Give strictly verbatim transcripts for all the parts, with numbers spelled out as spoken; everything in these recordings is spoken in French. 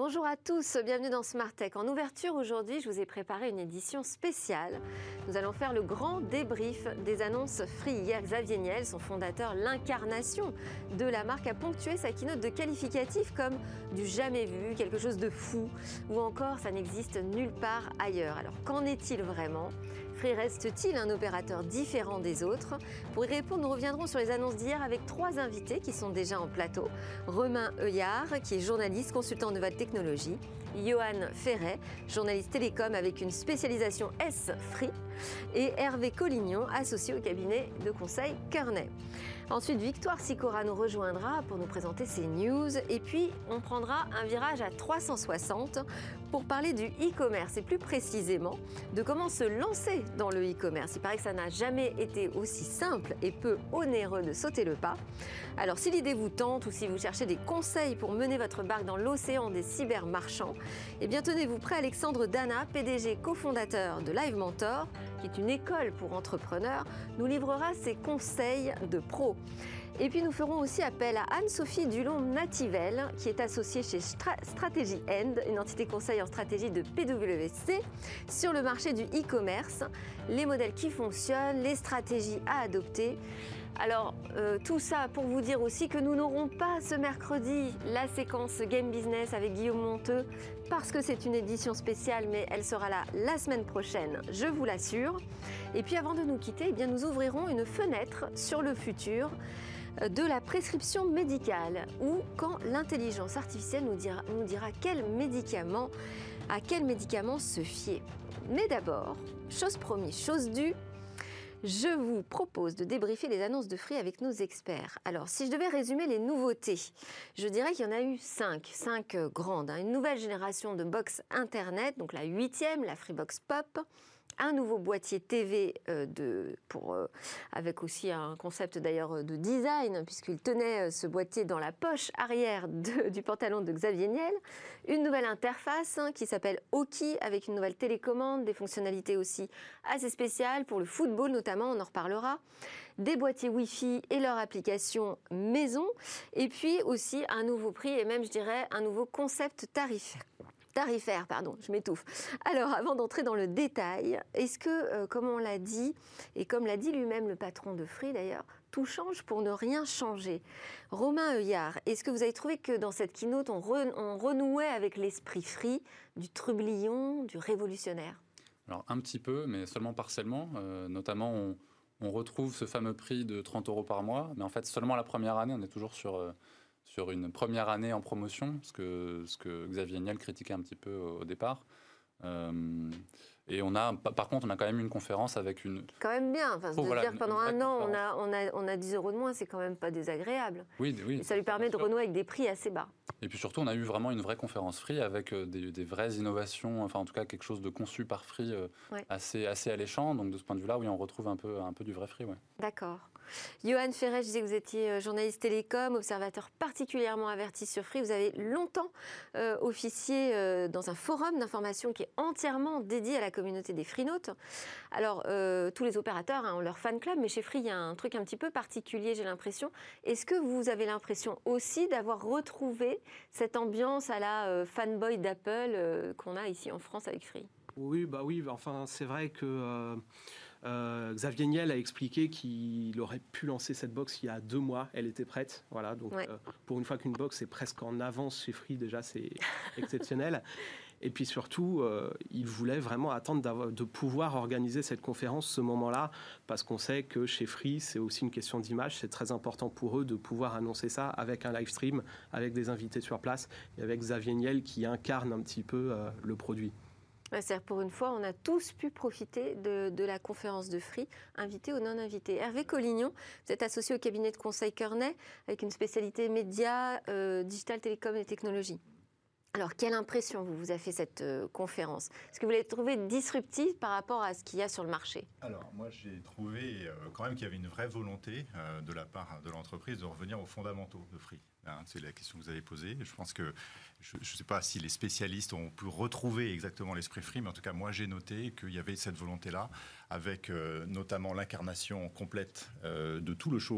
Bonjour à tous, bienvenue dans Smart Tech. En ouverture aujourd'hui, je vous ai préparé une édition spéciale. Nous allons faire le grand débrief des annonces Free. Hier, Xavier Niel, son fondateur, l'incarnation de la marque, a ponctué sa keynote de qualificatifs comme du jamais vu, quelque chose de fou, ou encore ça n'existe nulle part ailleurs. Alors qu'en est-il vraiment ? Free reste-t-il un opérateur différent des autres ? Pour y répondre, nous reviendrons sur les annonces d'hier avec trois invités qui sont déjà en plateau. Romain Heuillard, qui est journaliste, consultant de nouvelles technologies. Johan Ferret, journaliste télécom avec une spécialisation S-Free. Et Hervé Collignon, associé au cabinet de conseil Kearney. Ensuite, Victoire Sicora nous rejoindra pour nous présenter ses news. Et puis, on prendra un virage à trois cent soixante pour parler du e-commerce et plus précisément de comment se lancer dans le e-commerce. Il paraît que ça n'a jamais été aussi simple et peu onéreux de sauter le pas. Alors, si l'idée vous tente ou si vous cherchez des conseils pour mener votre barque dans l'océan des cybermarchands, eh bien, tenez-vous prêt. Alexandre Dana, P D G cofondateur de Live Mentor, qui est une école pour entrepreneurs, nous livrera ses conseils de pro. Et puis nous ferons aussi appel à Anne-Sophie Dulon-Nativelle, qui est associée chez Stra- Strategy End, une entité conseil en stratégie de P W C, sur le marché du e-commerce, les modèles qui fonctionnent, les stratégies à adopter. Alors, euh, tout ça pour vous dire aussi que nous n'aurons pas ce mercredi la séquence Game Business avec Guillaume Monteux, parce que c'est une édition spéciale, mais elle sera là la semaine prochaine, je vous l'assure. Et puis avant de nous quitter, eh bien, nous ouvrirons une fenêtre sur le futur de la prescription médicale, ou quand l'intelligence artificielle nous dira, nous dira quel médicament, à quel médicament se fier. Mais d'abord, chose promise, chose due, je vous propose de débriefer les annonces de Free avec nos experts. Alors, si je devais résumer les nouveautés, je dirais qu'il y en a eu cinq, cinq grandes. Hein. Une nouvelle génération de box Internet, donc la huitième, la Freebox Pop. Un nouveau boîtier T V euh, de, pour, euh, avec aussi un concept d'ailleurs de design, puisqu'il tenait euh, ce boîtier dans la poche arrière de, du pantalon de Xavier Niel. Une nouvelle interface hein, qui s'appelle Oki, avec une nouvelle télécommande, des fonctionnalités aussi assez spéciales pour le football notamment, on en reparlera. Des boîtiers Wi-Fi et leur application maison. Et puis aussi un nouveau prix et même, je dirais, un nouveau concept tarifaire. Tarifaire, pardon, je m'étouffe. Alors, avant d'entrer dans le détail, est-ce que, euh, comme on l'a dit, et comme l'a dit lui-même le patron de Free d'ailleurs, tout change pour ne rien changer. Romain Heuillard, est-ce que vous avez trouvé que dans cette keynote, on, re, on renouait avec l'esprit Free, du trublion, du révolutionnaire ? Alors, un petit peu, mais seulement partiellement. Euh, notamment, on, on retrouve ce fameux prix de trente euros par mois, mais en fait, seulement la première année, on est toujours sur... Euh, sur une première année en promotion, ce que, ce que Xavier Niel critiquait un petit peu au, au départ. Euh, et on a, par contre, on a quand même une conférence avec une... Quand même bien, enfin, oh, de voilà, dire que pendant un an, on conférence. a, on, a, on a dix euros de moins, c'est quand même pas désagréable. Oui, oui. Et ça lui permet de renouer avec des prix assez bas. Et puis surtout, on a eu vraiment une vraie conférence Free avec des, des vraies innovations, enfin en tout cas quelque chose de conçu par Free euh, ouais. assez, assez alléchant. Donc de ce point de vue-là, oui, on retrouve un peu, un peu du vrai Free. Ouais. D'accord. Johan Ferret, je disais que vous étiez journaliste télécom, observateur particulièrement averti sur Free. Vous avez longtemps euh, officié euh, dans un forum d'information qui est entièrement dédié à la communauté des Freenotes. Alors, euh, tous les opérateurs hein, ont leur fan club, mais chez Free, il y a un truc un petit peu particulier, j'ai l'impression. Est-ce que vous avez l'impression aussi d'avoir retrouvé cette ambiance à la euh, fanboy d'Apple euh, qu'on a ici en France avec Free ? Oui, bah oui, enfin, c'est vrai que euh, euh, Xavier Niel a expliqué qu'il aurait pu lancer cette box il y a deux mois. Elle était prête, voilà. Donc, ouais. euh, pour une fois qu'une box est presque en avance chez Free, déjà, c'est exceptionnel. Et puis surtout, euh, il voulait vraiment attendre de pouvoir organiser cette conférence ce moment-là, parce qu'on sait que chez Free, c'est aussi une question d'image. C'est très important pour eux de pouvoir annoncer ça avec un live stream, avec des invités sur place et avec Xavier Niel qui incarne un petit peu euh, le produit. C'est-à-dire pour une fois, on a tous pu profiter de, de la conférence de Free, invités ou non invités. Hervé Collignon, vous êtes associé au cabinet de conseil Kearney, avec une spécialité médias, euh, digital, télécom et technologie. Alors, quelle impression vous, vous a fait cette euh, conférence ? Est-ce que vous l'avez trouvée disruptive par rapport à ce qu'il y a sur le marché ? Alors, moi, j'ai trouvé euh, quand même qu'il y avait une vraie volonté euh, de la part de l'entreprise de revenir aux fondamentaux de Free. Hein, c'est la question que vous avez posée. Je pense que, je ne sais pas si les spécialistes ont pu retrouver exactement l'esprit Free, mais en tout cas, moi, j'ai noté qu'il y avait cette volonté-là, avec euh, notamment l'incarnation complète euh, de tout le show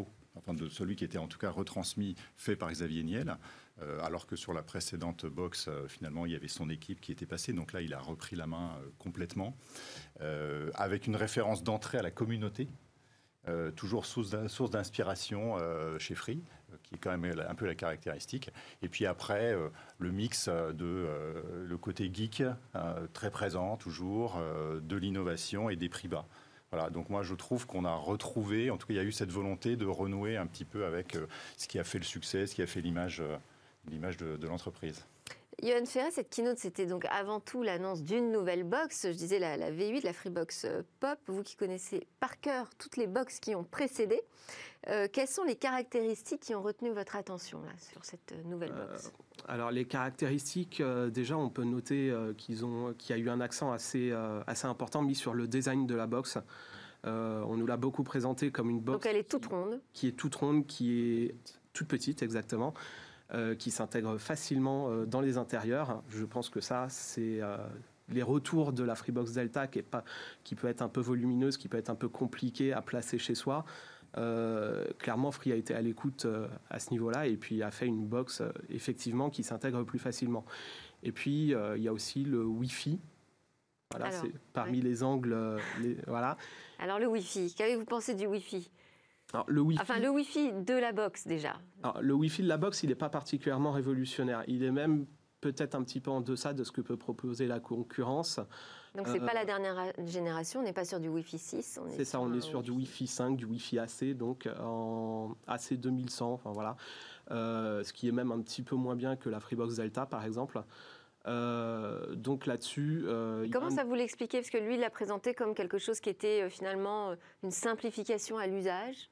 enfin de celui qui était en tout cas retransmis, fait par Xavier Niel. Euh, alors que sur la précédente box, euh, finalement, il y avait son équipe qui était passée. Donc là, il a repris la main euh, complètement, euh, avec une référence d'entrée à la communauté, euh, toujours source d'inspiration euh, chez Free, euh, qui est quand même un peu la caractéristique. Et puis après, euh, le mix de euh, le côté geek, euh, très présent toujours, euh, de l'innovation et des prix bas. Voilà, donc moi je trouve qu'on a retrouvé, en tout cas il y a eu cette volonté de renouer un petit peu avec euh, ce qui a fait le succès, ce qui a fait l'image euh, l'image de, de l'entreprise. Johan Ferret, cette keynote, c'était donc avant tout l'annonce d'une nouvelle box. Je disais la, la V huit, la Freebox Pop. Vous qui connaissez par cœur toutes les boxes qui ont précédé, euh, quelles sont les caractéristiques qui ont retenu votre attention là, sur cette nouvelle box ? euh, Alors les caractéristiques, euh, déjà on peut noter euh, qu'ils ont, qu'il y a eu un accent assez, euh, assez important mis sur le design de la box. Euh, on nous l'a beaucoup présenté comme une box. Donc elle est toute ronde. Qui, qui est toute ronde, qui est toute petite exactement. Euh, qui s'intègre facilement euh, dans les intérieurs. Je pense que ça, c'est euh, les retours de la Freebox Delta qui, est pas, qui peut être un peu volumineuse, qui peut être un peu compliquée à placer chez soi. Euh, clairement, Free a été à l'écoute euh, à ce niveau-là et puis a fait une box euh, effectivement qui s'intègre plus facilement. Et puis, euh, il y a aussi le Wi-Fi. Voilà, Alors, c'est parmi ouais. les angles. Euh, les, voilà. Alors, le Wi-Fi, qu'avez-vous pensé du Wi-Fi ? Alors, le Wi-Fi, enfin, le Wi-Fi de la box, déjà. Alors, le Wi-Fi de la box, il n'est pas particulièrement révolutionnaire. Il est même peut-être un petit peu en deçà de ce que peut proposer la concurrence. Donc, ce n'est euh, pas la dernière génération, on n'est pas sur du Wi-Fi six. C'est ça, on est sur du Wi-Fi cinq, du Wi-Fi A C, donc en A C deux mille cent, enfin voilà. Euh, ce qui est même un petit peu moins bien que la Freebox Delta, par exemple. Euh, donc là-dessus... Euh, Comment a... ça vous l'expliquez ? Parce que lui, il l'a présenté comme quelque chose qui était euh, finalement une simplification à l'usage.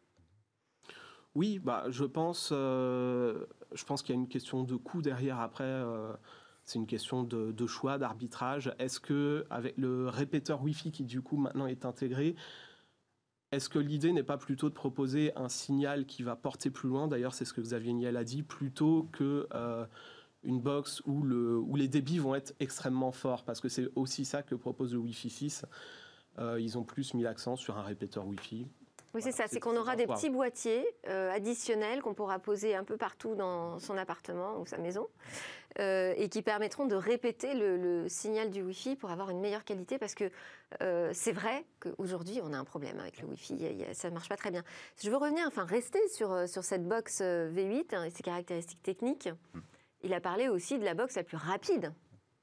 Oui, bah, je pense, euh, je pense qu'il y a une question de coût derrière. Après, euh, c'est une question de, de choix, d'arbitrage. Est-ce que avec le répéteur Wi-Fi qui du coup maintenant est intégré, est-ce que l'idée n'est pas plutôt de proposer un signal qui va porter plus loin ? D'ailleurs, c'est ce que Xavier Niel a dit, plutôt que euh, une box où, le, où les débits vont être extrêmement forts, parce que c'est aussi ça que propose le Wi-Fi six. Euh, ils ont plus mis l'accent sur un répéteur Wi-Fi. Oui, c'est voilà, ça, c'est qu'on aura des petits boîtiers euh, additionnels qu'on pourra poser un peu partout dans son appartement ou sa maison euh, et qui permettront de répéter le, le signal du Wi-Fi pour avoir une meilleure qualité parce que euh, c'est vrai qu'aujourd'hui, on a un problème avec le Wi-Fi, il y a, il y a, ça ne marche pas très bien. Je veux revenir, enfin rester sur, sur cette box V huit hein, et ses caractéristiques techniques. Il a parlé aussi de la box la plus rapide.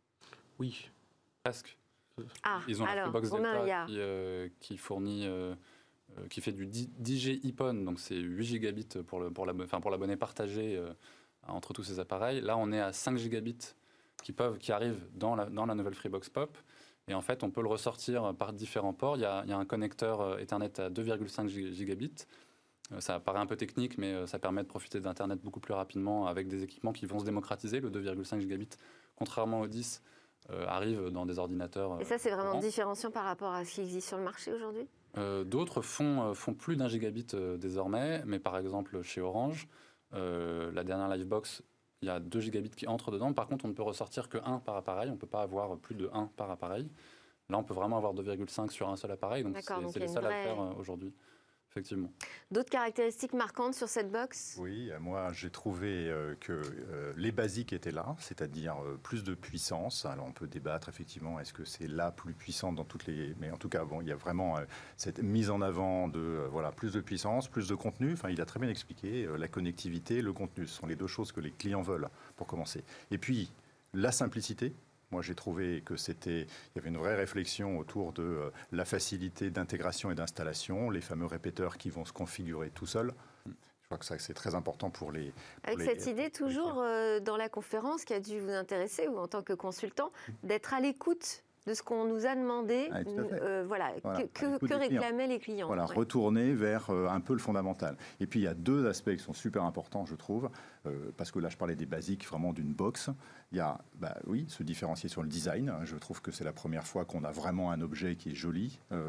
Oui. Presque. Ah, Ils ont alors, la box Romain, Delta qui, euh, qui fournit... Euh, qui fait du dix G I P O N, donc c'est huit gigabits pour, le, pour, la, enfin pour l'abonné partagé euh, entre tous ces appareils. Là, on est à cinq gigabits qui, peuvent, qui arrivent dans la, dans la nouvelle Freebox Pop. Et en fait, on peut le ressortir par différents ports. Il y a, il y a un connecteur Ethernet à deux virgule cinq gigabits. Euh, ça paraît un peu technique, mais ça permet de profiter d'Internet beaucoup plus rapidement avec des équipements qui vont se démocratiser. Le deux virgule cinq gigabits, contrairement au dix, euh, arrive dans des ordinateurs. Et ça, c'est vraiment courants. différenciant par rapport à ce qui existe sur le marché aujourd'hui ? Euh, D'autres font, font plus d'un gigabit euh, désormais, mais par exemple chez Orange, euh, la dernière Livebox, il y a deux gigabits qui entrent dedans. Par contre, on ne peut ressortir que un par appareil, on ne peut pas avoir plus de un par appareil. Là, on peut vraiment avoir deux virgule cinq sur un seul appareil, donc c'est, c'est les seuls vraie... à le faire euh, aujourd'hui. Effectivement. D'autres caractéristiques marquantes sur cette box ? Oui, moi j'ai trouvé euh, que euh, les basiques étaient là, c'est-à-dire euh, plus de puissance. Alors on peut débattre effectivement, est-ce que c'est la plus puissante dans toutes les... Mais en tout cas, bon, il y a vraiment euh, cette mise en avant de euh, voilà, plus de puissance, plus de contenu. Enfin, il a très bien expliqué, euh, la connectivité, le contenu, ce sont les deux choses que les clients veulent pour commencer. Et puis, la simplicité. Moi, j'ai trouvé que c'était, il y avait une vraie réflexion autour de euh, la facilité d'intégration et d'installation, les fameux répéteurs qui vont se configurer tout seuls. Je crois que ça, c'est très important pour les... Pour Avec les, cette idée, toujours euh, dans la conférence qui a dû vous intéresser, ou en tant que consultant, d'être à l'écoute de ce qu'on nous a demandé, ah, euh, voilà, voilà, que, que, que réclamaient les clients. Voilà, ouais. Retourner vers euh, un peu le fondamental. Et puis il y a deux aspects qui sont super importants, je trouve, euh, parce que là je parlais des basiques vraiment d'une box. Il y a, bah, oui, se différencier sur le design. Je trouve que c'est la première fois qu'on a vraiment un objet qui est joli. Euh,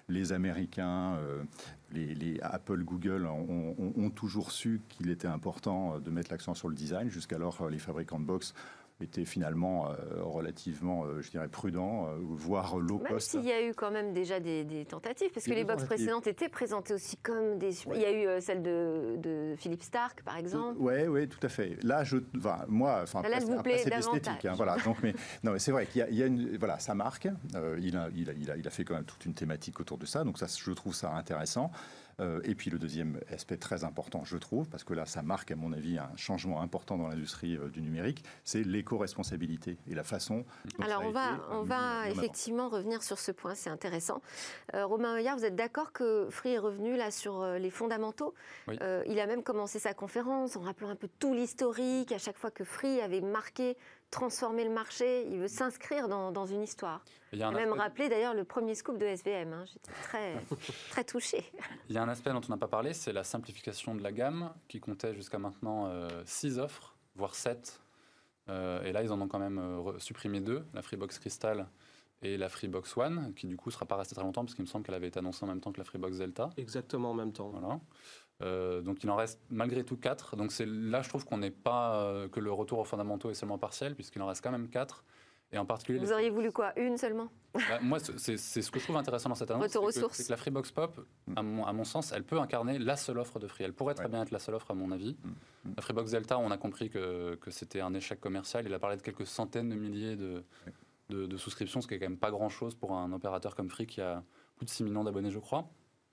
les Américains, euh, les, les Apple, Google ont, ont, ont toujours su qu'il était important de mettre l'accent sur le design. Jusqu'alors, les fabricants de box étaient finalement euh, relativement, euh, je dirais, prudents, euh, voire low cost. Même s'il y a eu quand même déjà des, des tentatives, parce que les box précédentes étaient présentées aussi comme des... Ouais. Il y a eu euh, celle de, de Philippe Stark, par exemple. Oui, oui, tout à fait. Là, je, enfin, moi, enfin, là, après, après c'est l'esthétique. Hein, voilà. Donc, mais, non, mais c'est vrai qu'il y a, il y a une... Voilà, ça marque. Euh, il, a, il, a, il, a, il a fait quand même toute une thématique autour de ça. Donc, ça, je trouve ça intéressant. Euh, et puis le deuxième aspect très important, je trouve, parce que là, ça marque, à mon avis, un changement important dans l'industrie euh, du numérique, c'est l'éco-responsabilité et la façon dont Alors, ça a on va, été, on euh, va effectivement revenir sur ce point, c'est intéressant. Euh, Romain Heuillard, vous êtes d'accord que Free est revenu là sur euh, les fondamentaux? Oui. euh, Il a même commencé sa conférence en rappelant un peu tout l'historique, à chaque fois que Free avait marqué, transformé le marché, il veut s'inscrire dans, dans une histoire. Il a même rappelé d'ailleurs le premier scoop de S V M. Hein. J'étais très, très touchée. Il y a un aspect dont on n'a pas parlé, c'est la simplification de la gamme, qui comptait jusqu'à maintenant six euh, offres, voire sept. Euh, et là, ils en ont quand même euh, supprimé deux, la Freebox Crystal et la Freebox One, qui du coup ne sera pas restée très longtemps, parce qu'il me semble qu'elle avait été annoncée en même temps que la Freebox Delta. Exactement en même temps. Voilà. Euh, donc il en reste malgré tout quatre. Donc c'est là je trouve qu'on n'est pas euh, que le retour aux fondamentaux est seulement partiel, puisqu'il en reste quand même quatre. Et en particulier, vous auriez voulu quoi? Une seulement? Bah, moi, c'est, c'est ce que je trouve intéressant dans cette annonce. Retour aux c'est, que, sources. c'est que la Freebox Pop, à mon, à mon sens, elle peut incarner la seule offre de Free. Elle pourrait très ouais. bien être la seule offre, à mon avis. Mmh. La Freebox Delta, on a compris que, que c'était un échec commercial. Il a parlé de quelques centaines de milliers de, ouais. de, de souscriptions, ce qui est quand même pas grand-chose pour un opérateur comme Free qui a plus de six millions d'abonnés, je crois.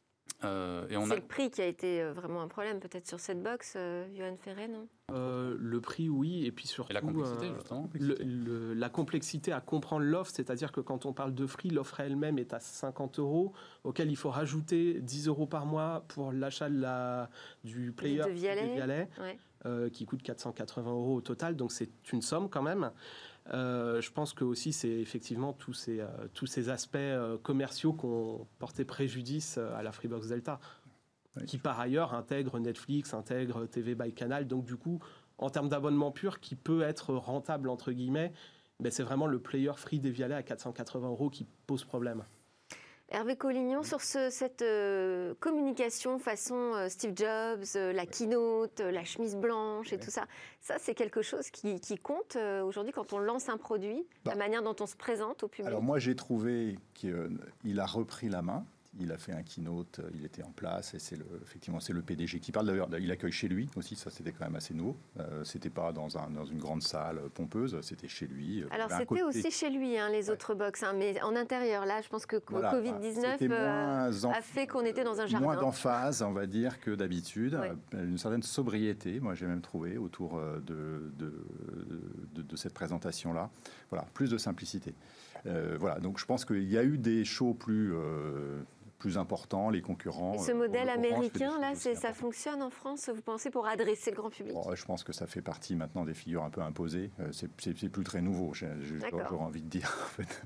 Euh, et on c'est a... le prix qui a été vraiment un problème peut-être sur cette box, euh, Johan Ferré, non? euh, Le prix, oui, et puis surtout et la complexité, euh, justement. Le, le, la complexité à comprendre l'offre, c'est-à-dire que quand on parle de Free, l'offre elle-même est à cinquante euros, auquel il faut rajouter dix euros par mois pour l'achat de la, du player de Vialet, de Vialet ouais. euh, qui coûte quatre cent quatre-vingts euros au total, donc c'est une somme quand même. Euh, je pense que aussi c'est effectivement tous ces, euh, tous ces aspects euh, commerciaux qui ont porté préjudice à la Freebox Delta, oui. qui par ailleurs intègre Netflix, intègre T V by Canal, donc du coup en termes d'abonnement pur qui peut être rentable entre guillemets, ben, c'est vraiment le player Free des Vialet à quatre cent quatre-vingts euros qui pose problème. Hervé Collignon, sur ce, cette euh, communication façon euh, Steve Jobs, euh, la keynote, euh, la chemise blanche et oui. tout ça, ça c'est quelque chose qui, qui compte euh, aujourd'hui quand on lance un produit, bah, la manière dont on se présente au public. Alors moi j'ai trouvé qu'il a repris la main. Il a fait un keynote, il était en place et c'est le, effectivement c'est le P D G qui parle. D'ailleurs, il accueille chez lui aussi, ça c'était quand même assez nouveau. Euh, c'était pas dans, un, dans une grande salle pompeuse, c'était chez lui. Alors c'était côté... aussi chez lui, hein, les ouais. autres box, hein, mais en intérieur. Là, je pense que voilà, covid dix-neuf euh, en... a fait qu'on était dans un jardin. Moins d'emphase, on va dire, que d'habitude. Ouais. Une certaine sobriété, moi j'ai même trouvé, autour de, de, de, de cette présentation-là. Voilà, plus de simplicité. Euh, voilà, donc je pense qu'il y a eu des shows plus... Euh, plus importants, les concurrents. Et ce modèle Orange américain, là, c'est, ça fonctionne en France, vous pensez, pour adresser le grand public? Bon, je pense que ça fait partie maintenant des figures un peu imposées. C'est, c'est, c'est plus très nouveau, j'ai, j'aurais envie de dire. En fait.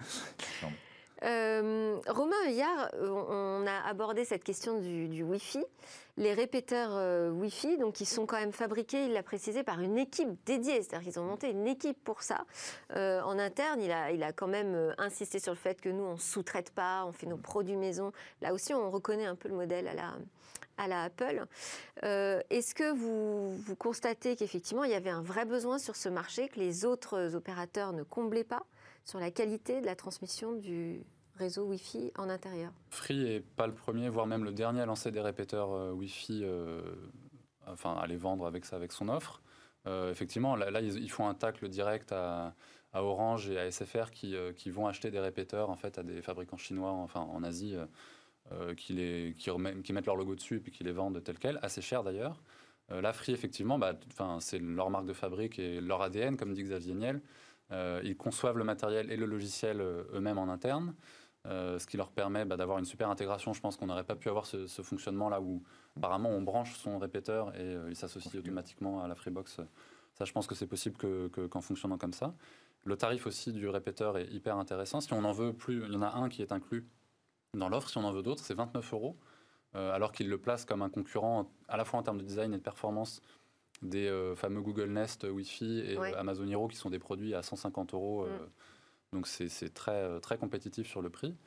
euh, Romain Heuillard, on a abordé cette question du, du Wi-Fi. Les répéteurs euh, Wi-Fi, donc, ils sont quand même fabriqués, il l'a précisé, par une équipe dédiée. C'est-à-dire qu'ils ont monté une équipe pour ça. Euh, en interne, il a, il a quand même insisté sur le fait que nous, on ne sous-traite pas, on fait nos produits maison. Là aussi, on reconnaît un peu le modèle à la, à la Apple. Euh, est-ce que vous, vous constatez qu'effectivement, il y avait un vrai besoin sur ce marché, que les autres opérateurs ne comblaient pas sur la qualité de la transmission du réseau Wi-Fi en intérieur? Free n'est pas le premier, voire même le dernier à lancer des répéteurs euh, Wi-Fi, euh, enfin à les vendre avec, ça, avec son offre. Euh, effectivement, là, là, ils font un tacle direct à, à Orange et à S F R qui, euh, qui vont acheter des répéteurs en fait, à des fabricants chinois enfin, en Asie euh, qui, les, qui, remet, qui mettent leur logo dessus et puis qui les vendent tels quels, assez cher d'ailleurs. Euh, là, Free, effectivement, bah, c'est leur marque de fabrique et leur A D N, comme dit Xavier Niel. Euh, ils conçoivent le matériel et le logiciel euh, eux-mêmes en interne. Euh, ce qui leur permet bah, d'avoir une super intégration. Je pense qu'on n'aurait pas pu avoir ce, ce fonctionnement-là où, apparemment, on branche son répéteur et euh, il s'associe automatiquement à la Freebox. Ça, je pense que c'est possible que, que, qu'en fonctionnant comme ça. Le tarif aussi du répéteur est hyper intéressant. Si on en veut plus, il y en a un qui est inclus dans l'offre. Si on en veut d'autres, c'est vingt-neuf euros, euh, alors qu'il le place comme un concurrent, à la fois en termes de design et de performance, des euh, fameux Google Nest Wi-Fi et ouais. euh, Amazon Hero, qui sont des produits à cent cinquante euros. Euh, mm. Donc c'est, c'est très, très compétitif sur le prix.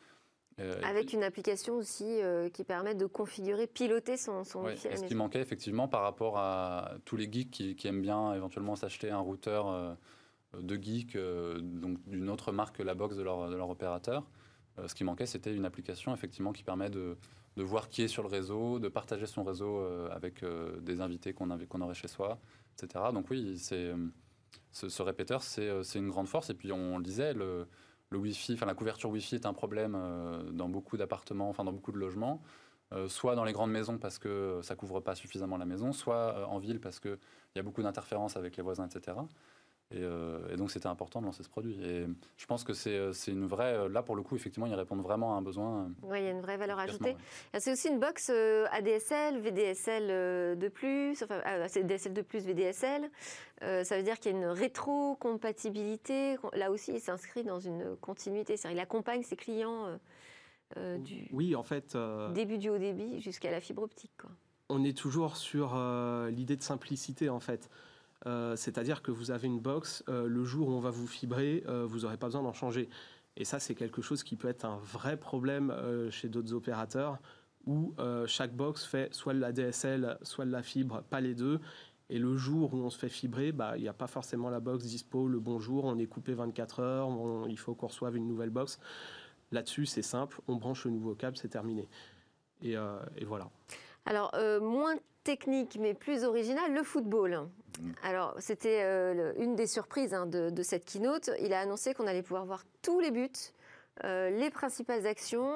Euh, Avec puis, une application aussi euh, qui permet de configurer, piloter son, son ouais, Wi-Fi à la ce maison. qui manquait effectivement par rapport à tous les geeks qui, qui aiment bien éventuellement s'acheter un routeur euh, de geek, euh, donc d'une autre marque que la box de leur, de leur opérateur. Euh, ce qui manquait, c'était une application effectivement qui permet de, de voir qui est sur le réseau, de partager son réseau euh, avec euh, des invités qu'on, avait, qu'on aurait chez soi, et cetera. Donc oui, c'est, ce, ce répéteur, c'est, c'est une grande force. Et puis on le disait, le, le Wi-Fi, enfin la couverture Wi-Fi est un problème euh, dans beaucoup d'appartements, enfin dans beaucoup de logements. Euh, soit dans les grandes maisons parce que ça couvre pas suffisamment la maison, soit euh, en ville parce qu'il y a beaucoup d'interférences avec les voisins, et cetera. Et, euh, et donc c'était important de lancer ce produit. Et je pense que c'est, c'est une vraie... Là, pour le coup, effectivement, ils répondent vraiment à un besoin. Oui, il y a une vraie valeur ajoutée. Ouais. C'est aussi une box euh, A D S L, V D S L euh, de plus, enfin euh, A D S L de plus, V D S L. Euh, ça veut dire qu'il y a une rétrocompatibilité. Là aussi, il s'inscrit dans une continuité. C'est-à-dire qu'il accompagne ses clients euh, euh, du Oui, en fait... euh... début du haut débit jusqu'à la fibre optique, quoi. On est toujours sur euh, l'idée de simplicité, en fait. Euh, c'est-à-dire que vous avez une box, euh, le jour où on va vous fibrer, euh, vous n'aurez pas besoin d'en changer. Et ça, c'est quelque chose qui peut être un vrai problème euh, chez d'autres opérateurs, où euh, chaque box fait soit de la D S L, soit de la fibre, pas les deux. Et le jour où on se fait fibrer, bah, il n'y a pas forcément la box dispo le bon jour, on est coupé vingt-quatre heures, on, il faut qu'on reçoive une nouvelle box. Là-dessus, c'est simple, on branche le nouveau câble, c'est terminé. Et, euh, et voilà. Alors, euh, moins technique, mais plus original, le football. Mmh. Alors, c'était euh, une des surprises hein, de, de cette keynote. Il a annoncé qu'on allait pouvoir voir tous les buts, euh, les principales actions,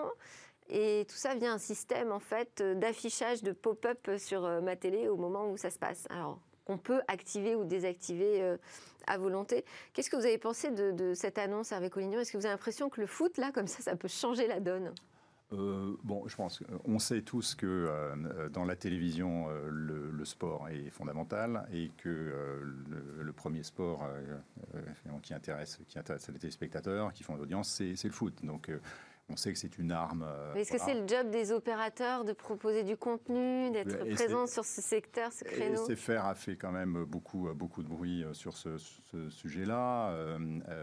et tout ça via un système en fait d'affichage de pop-up sur euh, ma télé au moment où ça se passe. Alors, qu'on peut activer ou désactiver euh, à volonté. Qu'est-ce que vous avez pensé de, de cette annonce, Hervé Collignon ? Est-ce que vous avez l'impression que le foot, là, comme ça, ça peut changer la donne ? Euh, bon, je pense qu'on sait tous que euh, dans la télévision, euh, le, le sport est fondamental et que euh, le, le premier sport euh, euh, qui intéresse, qui intéresse les téléspectateurs, qui font l'audience, c'est, c'est le foot. Donc, euh, on sait que c'est une arme. Euh, Mais est-ce voilà. que c'est le job des opérateurs de proposer du contenu, d'être et présent sur ce secteur, ce créneau ? S F R a fait quand même beaucoup, beaucoup de bruit sur ce, ce sujet-là. Euh,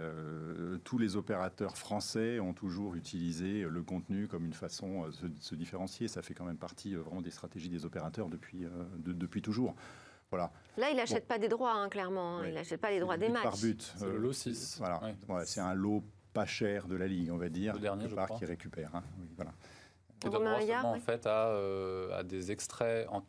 euh, tous les opérateurs français ont toujours utilisé le contenu comme une façon de se, de se différencier. Ça fait quand même partie vraiment des stratégies des opérateurs depuis, euh, de, depuis toujours. Voilà. Là, il n'achète bon. pas des droits, hein, clairement. Hein. Oui. Il n'achète pas les droits des matchs. Par but. C'est le lot six. Voilà. Ouais. Ouais, c'est un lot pas cher de la Ligue, on va dire, le dernier, je part crois. qui récupère. Hein. Oui, voilà. Et donne droit seulement en fait à, euh, à des extraits. En...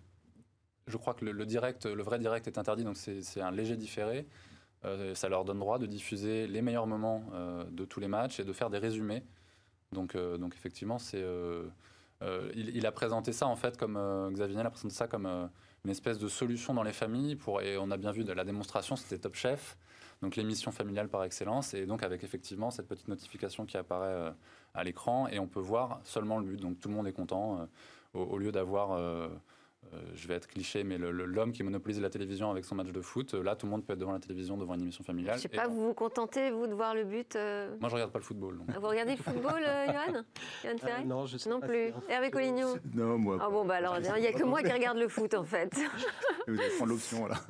Je crois que le, le direct, le vrai direct est interdit, donc c'est, c'est un léger différé. Euh, ça leur donne droit de diffuser les meilleurs moments euh, de tous les matchs et de faire des résumés. Donc, euh, donc effectivement, c'est, euh, euh, il, il a présenté ça en fait comme euh, Xavier Niel a présenté ça comme euh, une espèce de solution dans les familles. Pour, et on a bien vu de la démonstration, c'était Top Chef. Donc l'émission familiale par excellence, et donc avec effectivement cette petite notification qui apparaît euh, à l'écran, et on peut voir seulement le but, donc tout le monde est content, euh, au, au lieu d'avoir, euh, euh, je vais être cliché, mais le, le, l'homme qui monopolise la télévision avec son match de foot, euh, là tout le monde peut être devant la télévision, devant une émission familiale. Je sais pas, on... vous vous contentez, vous, de voir le but euh... Moi je regarde pas le football. Donc. Vous regardez le football, euh, Yoann Yoann Ferré ? euh, Non, je sais non pas plus. si Hervé Collignon ? Non, moi. Ah bon, bah alors, il n'y a que moi qui regarde le foot, en fait. Vous allez prendre l'option, là.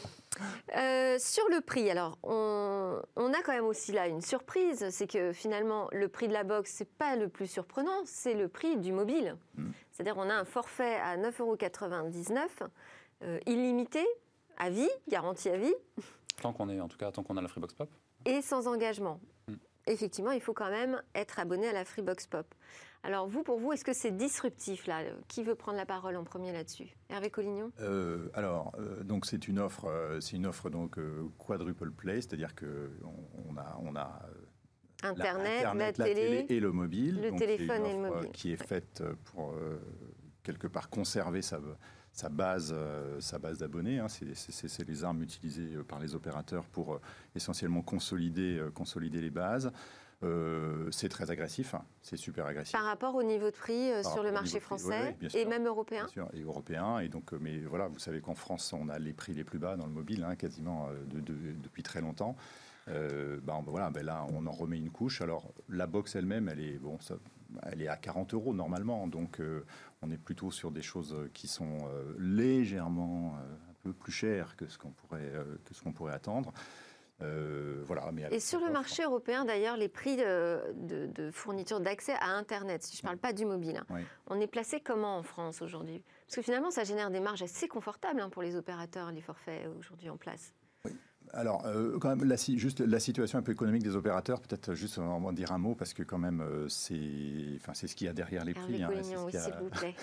Euh, sur le prix, alors on, on a quand même aussi là une surprise, c'est que finalement le prix de la box c'est pas le plus surprenant, c'est le prix du mobile. Mmh. C'est-à-dire on a un forfait à neuf euros quatre-vingt-dix-neuf, euh, illimité, à vie, garantie à vie. Tant qu'on est, en tout cas, tant qu'on a la Freebox Pop. Et sans engagement. Mmh. Effectivement, il faut quand même être abonné à la Freebox Pop. Alors vous, pour vous, est-ce que c'est disruptif là ? Qui veut prendre la parole en premier là-dessus ? Hervé Collignon ? euh, Alors, euh, donc c'est une offre, euh, c'est une offre donc euh, quadruple play, c'est-à-dire que on, on a, on a euh, Internet, la, Internet, la, la télé, télé et le mobile. Le donc téléphone c'est une offre, et le mobile. Qui est faite pour euh, quelque part conserver sa, sa base, euh, sa base d'abonnés. Hein. C'est, c'est, c'est les armes utilisées par les opérateurs pour euh, essentiellement consolider, euh, consolider les bases. Euh, c'est très agressif, hein. C'est super agressif. Par rapport au niveau de prix euh, sur le marché français oui, oui, et même européen. Bien sûr, et européen. Et donc, mais voilà, vous savez qu'en France, on a les prix les plus bas dans le mobile, hein, quasiment de, de, depuis très longtemps. Euh, ben, voilà, ben là, on en remet une couche. Alors, la box elle-même, elle est bon, ça, elle est à quarante euros normalement. Donc, euh, on est plutôt sur des choses qui sont euh, légèrement euh, un peu plus chères que ce qu'on pourrait, euh, que ce qu'on pourrait attendre. Euh, voilà, mais et sur le marché européen, d'ailleurs, les prix de, de, de fourniture d'accès à Internet, si je ne parle pas du mobile, hein, oui. on est placé comment en France aujourd'hui? Parce que finalement, ça génère des marges assez confortables hein, pour les opérateurs, les forfaits aujourd'hui en place. Oui. Alors, euh, quand même, la, juste la situation un peu économique des opérateurs, peut-être juste en, en dire un mot, parce que quand même, euh, c'est, enfin, c'est ce qu'il y a derrière les prix. Hein, c'est oui, s'il vous plaît.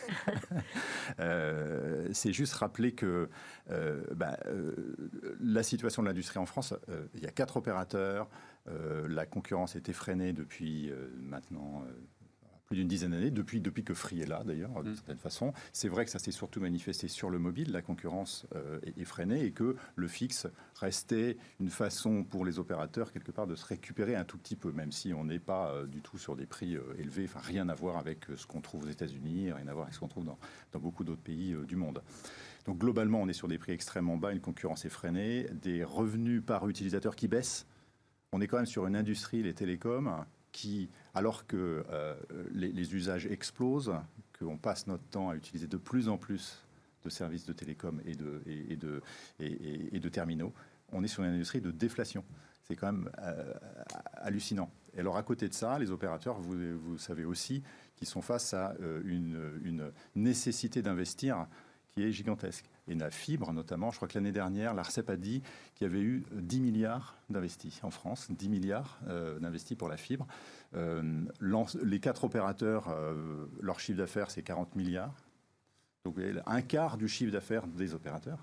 euh, c'est juste rappeler que euh, bah, euh, la situation de l'industrie en France, euh, il y a quatre opérateurs, euh, la concurrence est effrénée depuis euh, maintenant... Euh, plus d'une dizaine d'années, depuis, depuis que Free est là d'ailleurs, d'une mmh. certaine façon. C'est vrai que ça s'est surtout manifesté sur le mobile, la concurrence euh, est freinée et que le fixe restait une façon pour les opérateurs quelque part de se récupérer un tout petit peu, même si on n'est pas euh, du tout sur des prix euh, élevés, enfin rien à voir avec euh, ce qu'on trouve aux États-Unis, rien à voir avec ce qu'on trouve dans, dans beaucoup d'autres pays euh, du monde. Donc globalement, on est sur des prix extrêmement bas, une concurrence effrénée, des revenus par utilisateur qui baissent. On est quand même sur une industrie, les télécoms, qui, alors que euh, les, les usages explosent, qu'on passe notre temps à utiliser de plus en plus de services de télécom et de, et, et de, et, et, et de terminaux, on est sur une industrie de déflation. C'est quand même euh, hallucinant. Et alors, à côté de ça, les opérateurs, vous, vous savez aussi, qu'ils sont face à euh, une, une nécessité d'investir qui est gigantesque. Et la fibre, notamment, je crois que l'année dernière, l'Arcep a dit qu'il y avait eu dix milliards d'investis en France, dix milliards euh, d'investis pour la fibre. Euh, les quatre opérateurs, euh, leur chiffre d'affaires, c'est quarante milliards. Donc, vous voyez, un quart du chiffre d'affaires des opérateurs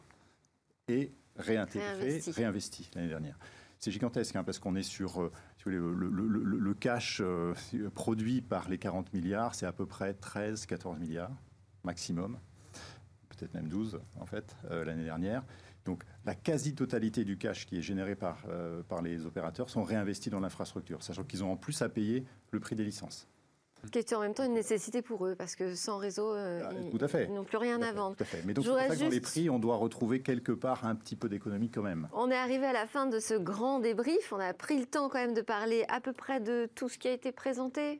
est réintégré, réinvesti, réinvesti l'année dernière. C'est gigantesque, hein, parce qu'on est sur euh, si vous voulez, le, le, le, le cash euh, produit par les quarante milliards, c'est à peu près treize à quatorze milliards maximum. Peut-être même douze, en fait, euh, l'année dernière. Donc, la quasi-totalité du cash qui est généré par, euh, par les opérateurs sont réinvestis dans l'infrastructure, sachant qu'ils ont en plus à payer le prix des licences. Qui est en même temps une nécessité pour eux, parce que sans réseau, euh, ah, ils, tout à fait. ils n'ont plus rien à, à vendre. Tout à fait. Mais donc, c'est pour ça que dans les prix, on doit retrouver quelque part un petit peu d'économie quand même. On est arrivé à la fin de ce grand débrief. On a pris le temps quand même de parler à peu près de tout ce qui a été présenté.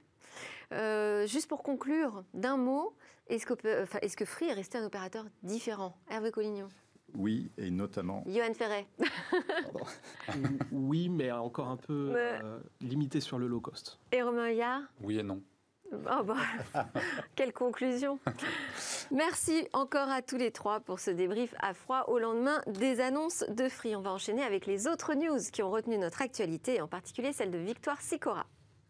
Euh, juste pour conclure, d'un mot, est-ce que, enfin, est-ce que Free est resté un opérateur différent? Hervé Collignon. Oui, et notamment... Johan Ferret. Oui, mais encore un peu ouais. euh, limité sur le low cost. Et Romain Huyard? Oui et non. Oh bah, quelle conclusion. Merci encore à tous les trois pour ce débrief à froid au lendemain des annonces de Free. On va enchaîner avec les autres news qui ont retenu notre actualité, en particulier celle de Victoire Sicora.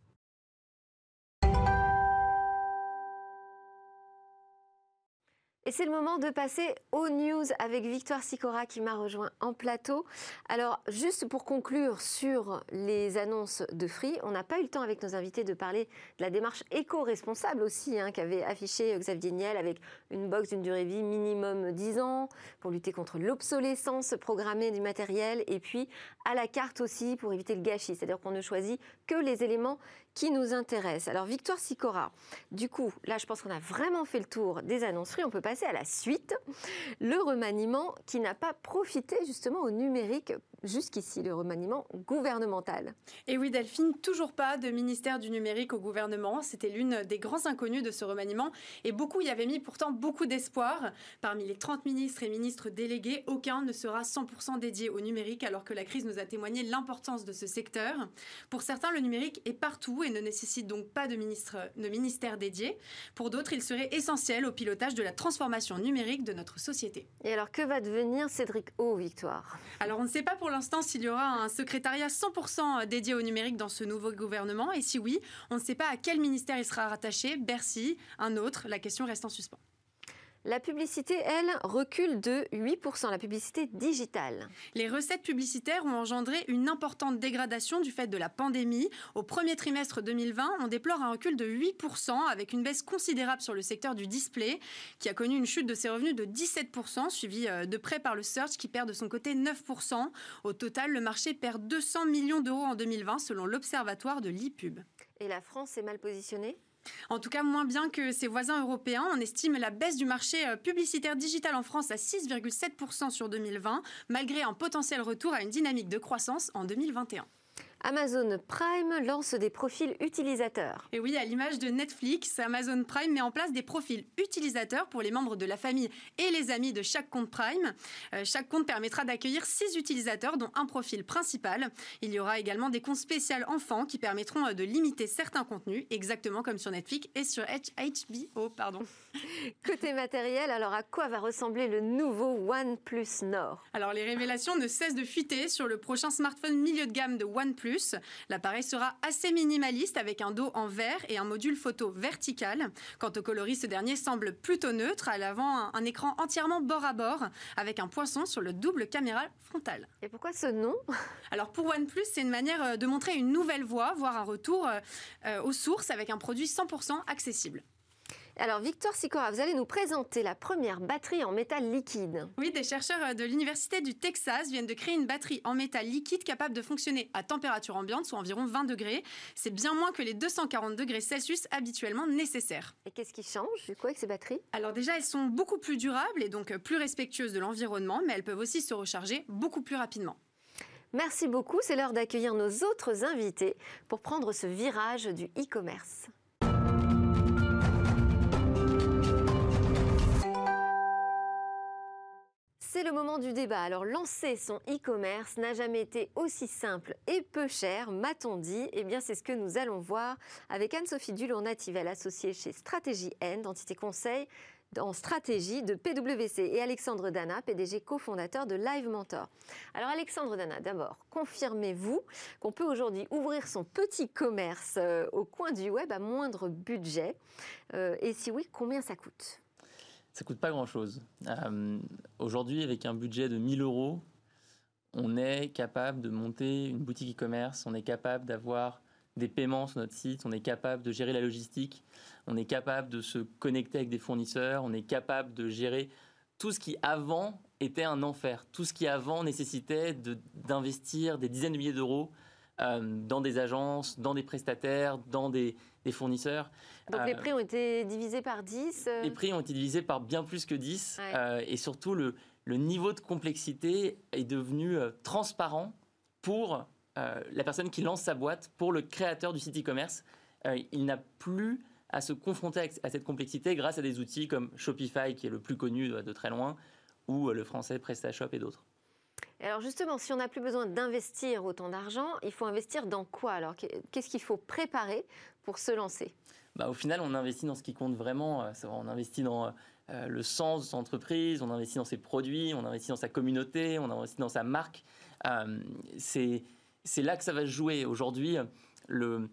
Et c'est le moment de passer aux news avec Victoire Sicora qui m'a rejoint en plateau. Alors, juste pour conclure sur les annonces de Free, on n'a pas eu le temps avec nos invités de parler de la démarche éco-responsable aussi, hein, qu'avait affiché Xavier Niel avec une box d'une durée de vie minimum dix ans pour lutter contre l'obsolescence programmée du matériel et puis à la carte aussi pour éviter le gâchis. C'est-à-dire qu'on ne choisit que les éléments qui nous intéressent. Alors, Victoire Sicora, du coup, là, je pense qu'on a vraiment fait le tour des annonces Free. On peut passer à la suite, le remaniement qui n'a pas profité justement au numérique jusqu'ici, le remaniement gouvernemental. Et oui Delphine, toujours pas de ministère du numérique au gouvernement. C'était l'une des grands inconnues de ce remaniement et beaucoup y avaient mis pourtant beaucoup d'espoir. Parmi les trente ministres et ministres délégués, aucun ne sera cent pour cent dédié au numérique alors que la crise nous a témoigné l'importance de ce secteur. Pour certains, le numérique est partout et ne nécessite donc pas de, ministre, de ministère dédié. Pour d'autres, il serait essentiel au pilotage de la transformation numérique de notre société. Et alors, que va devenir Cédric O, Victoire? Alors, on ne sait pas pour l'instant s'il y aura un secrétariat cent pour cent dédié au numérique dans ce nouveau gouvernement. Et si oui, on ne sait pas à quel ministère il sera rattaché, Bercy, un autre. La question reste en suspens. La publicité, elle, recule de huit pour cent, la publicité digitale. Les recettes publicitaires ont engendré une importante dégradation du fait de la pandémie. Au premier trimestre deux mille vingt, on déplore un recul de huit pour cent avec une baisse considérable sur le secteur du display qui a connu une chute de ses revenus de dix-sept pour cent, suivi de près par le search qui perd de son côté neuf pour cent. Au total, le marché perd deux cents millions d'euros en deux mille vingt selon l'Observatoire de l'I P U B. Et la France est mal positionnée ? En tout cas, moins bien que ses voisins européens. On estime la baisse du marché publicitaire digital en France à six virgule sept pour cent sur deux mille vingt, malgré un potentiel retour à une dynamique de croissance en deux mille vingt et un. Amazon Prime lance des profils utilisateurs. Et oui, à l'image de Netflix, Amazon Prime met en place des profils utilisateurs pour les membres de la famille et les amis de chaque compte Prime. Euh, chaque compte permettra d'accueillir six utilisateurs, dont un profil principal. Il y aura également des comptes spéciaux enfants qui permettront de limiter certains contenus, exactement comme sur Netflix et sur H B O. Pardon. Côté matériel, alors à quoi va ressembler le nouveau OnePlus Nord? Alors les révélations ne cessent de fuiter sur le prochain smartphone milieu de gamme de OnePlus. L'appareil sera assez minimaliste avec un dos en verre et un module photo vertical. Quant au coloris, ce dernier semble plutôt neutre. À l'avant, un, un écran entièrement bord à bord avec un poinçon sur le double caméra frontale. Et pourquoi ce nom? Alors pour OnePlus, c'est une manière de montrer une nouvelle voie, voire un retour euh, aux sources avec un produit cent pour cent accessible. Alors Victor Sikora, vous allez nous présenter la première batterie en métal liquide. Oui, des chercheurs de l'Université du Texas viennent de créer une batterie en métal liquide capable de fonctionner à température ambiante, soit environ vingt degrés. C'est bien moins que les deux cent quarante degrés Celsius habituellement nécessaires. Et qu'est-ce qui change du coup avec ces batteries? Alors déjà, elles sont beaucoup plus durables et donc plus respectueuses de l'environnement, mais elles peuvent aussi se recharger beaucoup plus rapidement. Merci beaucoup, c'est l'heure d'accueillir nos autres invités pour prendre ce virage du e-commerce. C'est le moment du débat. Alors, lancer son e-commerce n'a jamais été aussi simple et peu cher, m'a-t-on dit. Eh bien, c'est ce que nous allons voir avec Anne-Sophie Dulon-Nativelle, associée chez Stratégie End, entité conseil en stratégie de P W C, et Alexandre Dana, P D G cofondateur de Live Mentor. Alors, Alexandre Dana, d'abord, confirmez-vous qu'on peut aujourd'hui ouvrir son petit commerce euh, au coin du web à moindre budget euh, et si oui, combien ça coûte? Ça ne coûte pas grand-chose. Euh, aujourd'hui, avec un budget de mille euros, on est capable de monter une boutique e-commerce, on est capable d'avoir des paiements sur notre site, on est capable de gérer la logistique, on est capable de se connecter avec des fournisseurs, on est capable de gérer tout ce qui avant était un enfer, tout ce qui avant nécessitait de, d'investir des dizaines de milliers d'euros euh, dans des agences, dans des prestataires, dans des, des fournisseurs. Donc euh, les prix ont été divisés par dix euh... Les prix ont été divisés par bien plus que dix. Ouais. Euh, et surtout, le, le niveau de complexité est devenu euh, transparent pour euh, la personne qui lance sa boîte, pour le créateur du site e-commerce. Euh, il n'a plus à se confronter à, à cette complexité grâce à des outils comme Shopify, qui est le plus connu de, de très loin, ou euh, le français PrestaShop et d'autres. Et alors justement, si on n'a plus besoin d'investir autant d'argent, il faut investir dans quoi? Alors qu'est-ce qu'il faut préparer pour se lancer? Bah, au final, on investit dans ce qui compte vraiment. On investit dans euh, le sens de son entreprise, on investit dans ses produits, on investit dans sa communauté, on investit dans sa marque. Euh, c'est, c'est là que ça va se jouer. Aujourd'hui, le,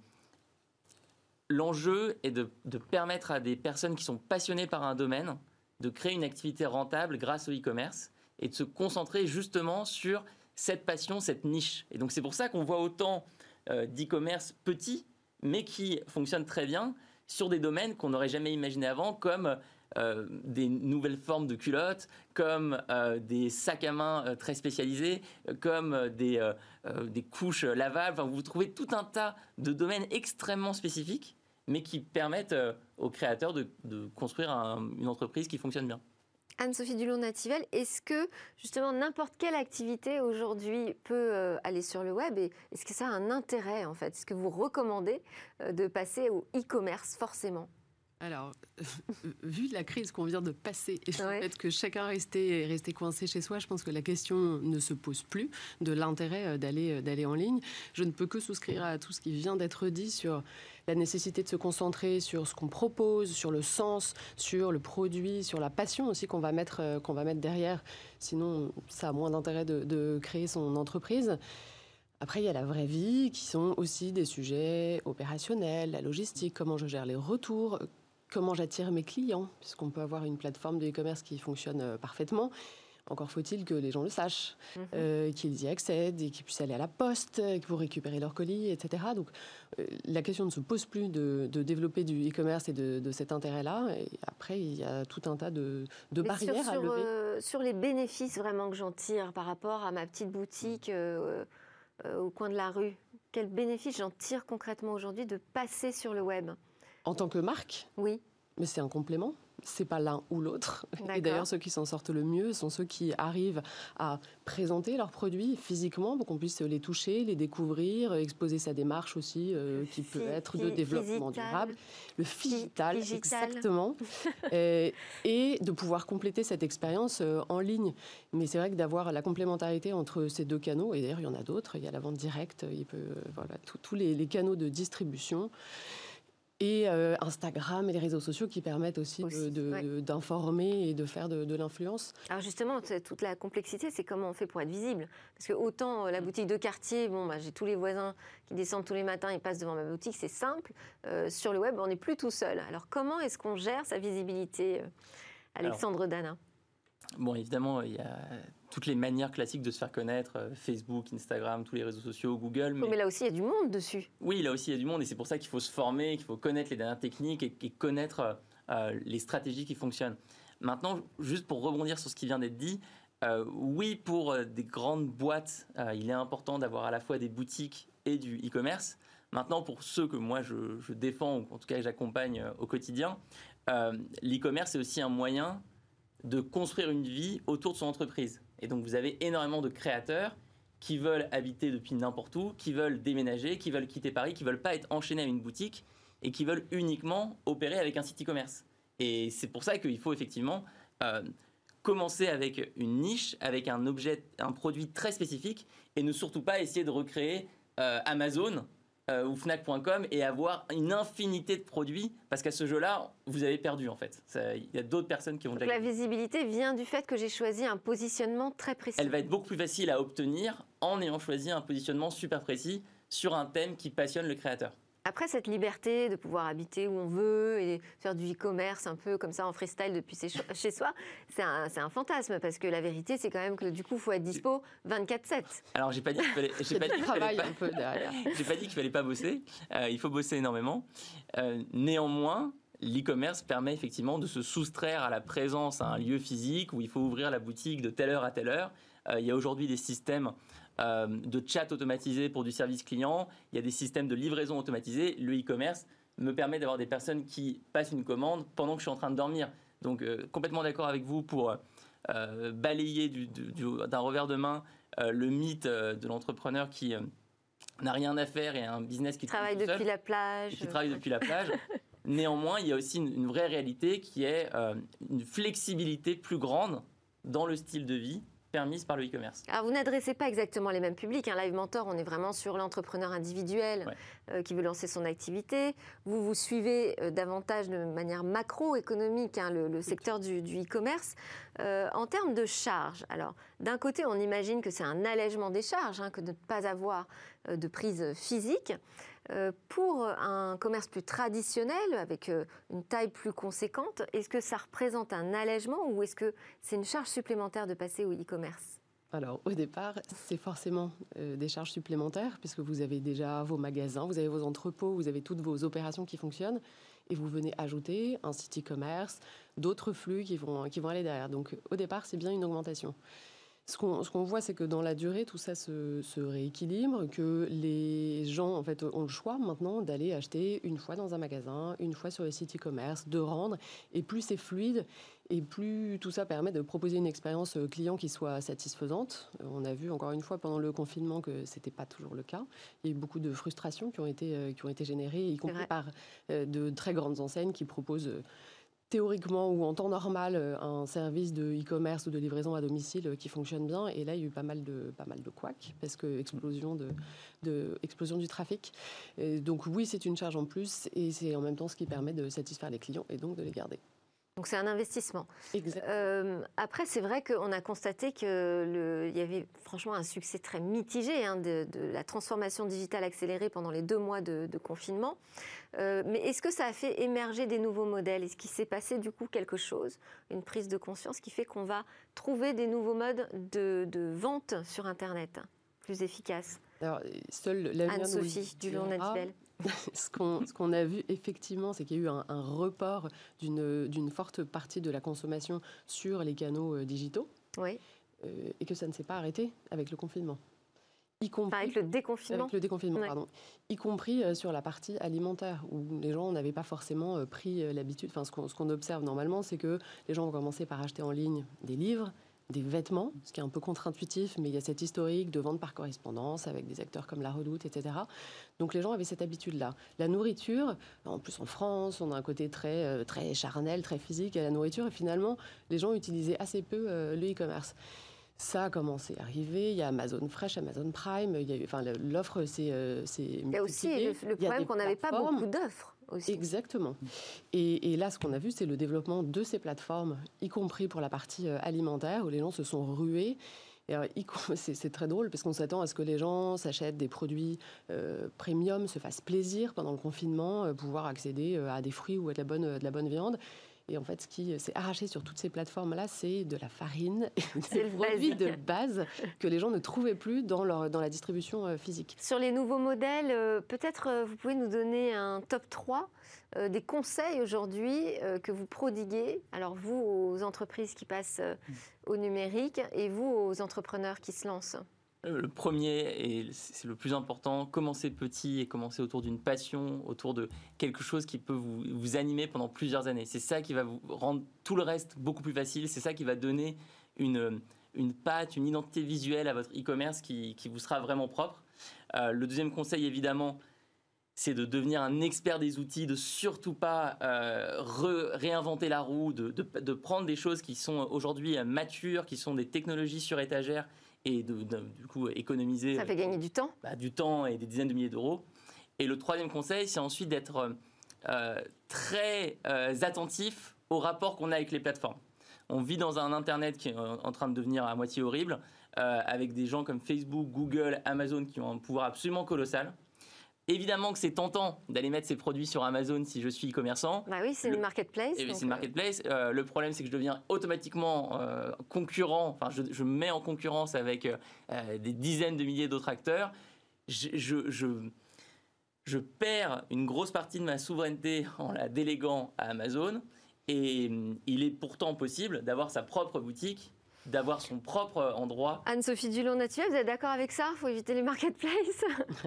l'enjeu est de, de permettre à des personnes qui sont passionnées par un domaine de créer une activité rentable grâce au e-commerce et de se concentrer justement sur cette passion, cette niche. Et donc c'est pour ça qu'on voit autant euh, d'e-commerce petits, mais qui fonctionnent très bien sur des domaines qu'on n'aurait jamais imaginés avant, comme euh, des nouvelles formes de culottes, comme euh, des sacs à main euh, très spécialisés, euh, comme euh, des, euh, euh, des couches lavables. Enfin, vous trouvez tout un tas de domaines extrêmement spécifiques, mais qui permettent euh, aux créateurs de, de construire un, une entreprise qui fonctionne bien. Anne-Sophie Dulon-Nativelle, est-ce que justement n'importe quelle activité aujourd'hui peut euh, aller sur le web et est-ce que ça a un intérêt en fait? Est-ce que vous recommandez euh, de passer au e-commerce forcément? Alors, vu la crise qu'on vient de passer et le ouais. fait que chacun restait, restait coincé chez soi, je pense que la question ne se pose plus de l'intérêt d'aller, d'aller en ligne. Je ne peux que souscrire à tout ce qui vient d'être dit sur la nécessité de se concentrer sur ce qu'on propose, sur le sens, sur le produit, sur la passion aussi qu'on va mettre, qu'on va mettre derrière. Sinon, ça a moins d'intérêt de, de créer son entreprise. Après, il y a la vraie vie, qui sont aussi des sujets opérationnels, la logistique, comment je gère les retours, comment j'attire mes clients, puisqu'on peut avoir une plateforme de e-commerce qui fonctionne parfaitement. Encore faut-il que les gens le sachent, mmh. euh, qu'ils y accèdent et qu'ils puissent aller à la poste pour récupérer leurs colis, et cetera. Donc, euh, la question ne se pose plus de, de développer du e-commerce et de, de cet intérêt-là. Et après, il y a tout un tas de, de barrières sur, sur, à lever. Euh, sur les bénéfices vraiment que j'en tire par rapport à ma petite boutique euh, euh, au coin de la rue, quels bénéfices j'en tire concrètement aujourd'hui de passer sur le web? En tant que marque? Oui. Mais c'est un complément. c'est pas l'un ou l'autre. Et d'ailleurs, ceux qui s'en sortent le mieux sont ceux qui arrivent à présenter leurs produits physiquement pour qu'on puisse les toucher, les découvrir, exposer sa démarche aussi, euh, qui peut être de développement durable. Le phygital, exactement. et, et de pouvoir compléter cette expérience euh, en ligne. Mais c'est vrai que d'avoir la complémentarité entre ces deux canaux, et d'ailleurs, il y en a d'autres, il y a la vente directe, il peut, euh, voilà, tous les, les canaux de distribution. Et euh, Instagram et les réseaux sociaux qui permettent aussi, aussi de, de, ouais. d'informer et de faire de, de l'influence. Alors justement, toute la complexité, c'est comment on fait pour être visible. Parce que autant la boutique de quartier, bon, bah, j'ai tous les voisins qui descendent tous les matins et passent devant ma boutique, c'est simple. Euh, sur le web, on n'est plus tout seul. Alors comment est-ce qu'on gère sa visibilité, Alexandre Dana ? Bon, évidemment, il y a toutes les manières classiques de se faire connaître, euh, Facebook, Instagram, tous les réseaux sociaux, Google. Mais... Oh, mais là aussi, il y a du monde dessus. Oui, là aussi, il y a du monde et c'est pour ça qu'il faut se former, qu'il faut connaître les dernières techniques et, et connaître euh, les stratégies qui fonctionnent. Maintenant, juste pour rebondir sur ce qui vient d'être dit, euh, oui, pour euh, des grandes boîtes, euh, il est important d'avoir à la fois des boutiques et du e-commerce. Maintenant, pour ceux que moi, je, je défends, ou en tout cas que j'accompagne euh, au quotidien, euh, l'e-commerce, c'est aussi un moyen de construire une vie autour de son entreprise. Et donc, vous avez énormément de créateurs qui veulent habiter depuis n'importe où, qui veulent déménager, qui veulent quitter Paris, qui ne veulent pas être enchaînés à une boutique et qui veulent uniquement opérer avec un site e-commerce. Et c'est pour ça qu'il faut effectivement euh, commencer avec une niche, avec un objet, un produit très spécifique et ne surtout pas essayer de recréer euh, Amazon Euh, ou Fnac point com et avoir une infinité de produits parce qu'à ce jeu-là, vous avez perdu en fait. Il y a d'autres personnes qui vont déjà... La visibilité vient du fait que j'ai choisi un positionnement très précis. Elle va être beaucoup plus facile à obtenir en ayant choisi un positionnement super précis sur un thème qui passionne le créateur. Après, cette liberté de pouvoir habiter où on veut et faire du e-commerce un peu comme ça en freestyle depuis chez soi, c'est un, c'est un fantasme parce que la vérité, c'est quand même que du coup, il faut être dispo vingt-quatre sept. Alors, j'ai pas dit qu'il fallait, j'ai pas dit qu'il fallait pas, un peu derrière. J'ai pas dit qu'il fallait pas bosser. Euh, il faut bosser énormément. Euh, néanmoins, l'e-commerce permet effectivement de se soustraire à la présence à un lieu physique où il faut ouvrir la boutique de telle heure à telle heure. Euh, il y a aujourd'hui des systèmes Euh, de chat automatisé pour du service client, il y a des systèmes de livraison automatisés. Le e-commerce me permet d'avoir des personnes qui passent une commande pendant que je suis en train de dormir. Donc euh, complètement d'accord avec vous pour euh, balayer du, du, du, d'un revers de main euh, le mythe euh, de l'entrepreneur qui euh, n'a rien à faire et a un business qui travaille depuis seul, la plage. Qui travaille depuis la plage. Néanmoins, il y a aussi une, une vraie réalité qui est euh, une flexibilité plus grande dans le style de vie permise par le e-commerce. Alors, vous n'adressez pas exactement les mêmes publics. Un Live Mentor, on est vraiment sur l'entrepreneur individuel ouais. euh, qui veut lancer son activité. Vous, vous suivez euh, davantage de manière macroéconomique hein, le, le secteur du, du e-commerce. Euh, en termes de charges, alors, d'un côté, on imagine que c'est un allègement des charges, hein, que de ne pas avoir euh, de prise physique. Euh, pour un commerce plus traditionnel, avec euh, une taille plus conséquente, est-ce que ça représente un allègement ou est-ce que c'est une charge supplémentaire de passer au e-commerce ? Alors, au départ, c'est forcément euh, des charges supplémentaires puisque vous avez déjà vos magasins, vous avez vos entrepôts, vous avez toutes vos opérations qui fonctionnent et vous venez ajouter un site e-commerce, d'autres flux qui vont, qui vont aller derrière. Donc, au départ, c'est bien une augmentation. Ce qu'on, ce qu'on voit, c'est que dans la durée, tout ça se, se rééquilibre, que les gens en fait, ont le choix maintenant d'aller acheter une fois dans un magasin, une fois sur le site e-commerce, de rendre. Et plus c'est fluide, et plus tout ça permet de proposer une expérience client qui soit satisfaisante. On a vu encore une fois pendant le confinement que ce n'était pas toujours le cas. Il y a eu beaucoup de frustrations qui ont été, qui ont été générées, y compris par de très grandes enseignes qui proposent... théoriquement ou en temps normal, un service de e-commerce ou de livraison à domicile qui fonctionne bien. Et là, il y a eu pas mal de, pas mal de couacs, parce que explosion, de, de, explosion du trafic. Et donc oui, c'est une charge en plus, et c'est en même temps ce qui permet de satisfaire les clients et donc de les garder. Donc c'est un investissement. Exact. Euh, après, c'est vrai qu'on a constaté qu'il y avait franchement un succès très mitigé hein, de, de la transformation digitale accélérée pendant les deux mois de, de confinement. Euh, mais est-ce que ça a fait émerger des nouveaux modèles ? Est-ce qu'il s'est passé du coup quelque chose, une prise de conscience qui fait qu'on va trouver des nouveaux modes de, de vente sur Internet plus efficaces ? Alors, seule Anne-Sophie Dulon-Natibel. Ce qu'on, ce qu'on a vu effectivement, c'est qu'il y a eu un, un report d'une, d'une forte partie de la consommation sur les canaux euh, digitaux oui. euh, et que ça ne s'est pas arrêté avec le confinement. y compris avec le déconfinement. Avec le déconfinement, ouais. pardon. Y compris euh, sur la partie alimentaire, où les gens n'avaient pas forcément euh, pris euh, l'habitude. Enfin, ce qu'on, ce qu'on observe normalement, c'est que les gens vont commencer par acheter en ligne des livres, des vêtements, ce qui est un peu contre-intuitif, mais il y a cette historique de vente par correspondance avec des acteurs comme La Redoute, et cetera. Donc les gens avaient cette habitude-là. La nourriture, en plus en France, on a un côté très, euh, très charnel, très physique à la nourriture, et finalement, les gens utilisaient assez peu euh, le e-commerce. Ça a commencé à arriver. Il y a Amazon Fresh, Amazon Prime. Il y a eu, enfin, l'offre, c'est, euh, c'est Il y a aussi le, le problème qu'on n'avait pas beaucoup d'offres. Aussi. Exactement. Et, et là, ce qu'on a vu, c'est le développement de ces plateformes, y compris pour la partie euh, alimentaire, où les gens se sont rués. Et alors, c'est, c'est très drôle, parce qu'on s'attend à ce que les gens s'achètent des produits euh, premium, se fassent plaisir pendant le confinement, euh, pouvoir accéder euh, à des fruits ou à de la bonne, de la bonne viande. Et en fait, ce qui s'est arraché sur toutes ces plateformes-là, c'est de la farine, c'est des produits de base que les gens ne trouvaient plus dans, leur, dans la distribution euh, physique. Sur les nouveaux modèles, euh, peut-être euh, vous pouvez nous donner un top trois euh, des conseils aujourd'hui euh, que vous prodiguez, alors vous aux entreprises qui passent euh, au numérique et vous aux entrepreneurs qui se lancent. Le premier, et c'est le plus important, commencer petit et commencer autour d'une passion, autour de quelque chose qui peut vous, vous animer pendant plusieurs années. C'est ça qui va vous rendre tout le reste beaucoup plus facile. C'est ça qui va donner une, une patte, une identité visuelle à votre e-commerce qui, qui vous sera vraiment propre. Euh, le deuxième conseil, évidemment, c'est de devenir un expert des outils, de surtout pas euh, re, réinventer la roue, de, de, de prendre des choses qui sont aujourd'hui matures, qui sont des technologies sur étagère, et de, de, du coup économiser... Ça fait gagner du temps. Bah, du temps et des dizaines de milliers d'euros. Et le troisième conseil, c'est ensuite d'être euh, très euh, attentif au rapport qu'on a avec les plateformes. On vit dans un Internet qui est en train de devenir à moitié horrible, euh, avec des gens comme Facebook, Google, Amazon qui ont un pouvoir absolument colossal. Évidemment que c'est tentant d'aller mettre ces produits sur Amazon si je suis e-commerçant. Bah oui, c'est le, une marketplace. Et c'est une marketplace. Euh, le problème, c'est que je deviens automatiquement euh, concurrent. Enfin, je, je me mets en concurrence avec euh, des dizaines de milliers d'autres acteurs. Je, je, je, je perds une grosse partie de ma souveraineté en la déléguant à Amazon. Et euh, il est pourtant possible d'avoir sa propre boutique, d'avoir son propre endroit. Anne-Sophie Dulon-Natuel, vous êtes d'accord avec ça? Il faut éviter les marketplaces.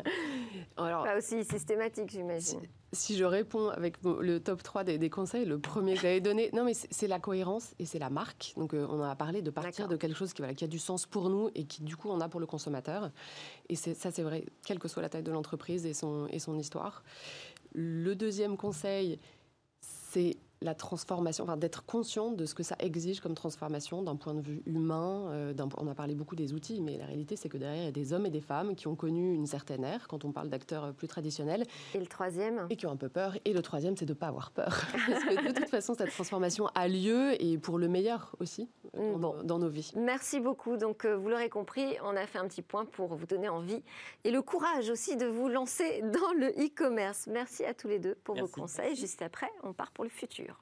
Alors, pas aussi systématique, j'imagine. Si, si je réponds avec le top trois des, des conseils, le premier que j'avais donné, non mais c'est, c'est la cohérence et c'est la marque. Donc euh, on a parlé de partir D'accord. de quelque chose qui, voilà, qui a du sens pour nous et qui du coup on a pour le consommateur. Et c'est, ça c'est vrai, quelle que soit la taille de l'entreprise et son, et son histoire. Le deuxième conseil, c'est la transformation, enfin d'être conscient de ce que ça exige comme transformation d'un point de vue humain. Euh, d'un, on a parlé beaucoup des outils, mais la réalité, c'est que derrière, il y a des hommes et des femmes qui ont connu une certaine ère, quand on parle d'acteurs plus traditionnels. Et le troisième ? Et qui ont un peu peur. Et le troisième, c'est de ne pas avoir peur. Parce que de toute façon, cette transformation a lieu, et pour le meilleur aussi, dans, bon. dans nos vies. Merci beaucoup. Donc, euh, vous l'aurez compris, on a fait un petit point pour vous donner envie et le courage aussi de vous lancer dans le e-commerce. Merci à tous les deux pour Merci. vos conseils. Juste après, on part pour le futur.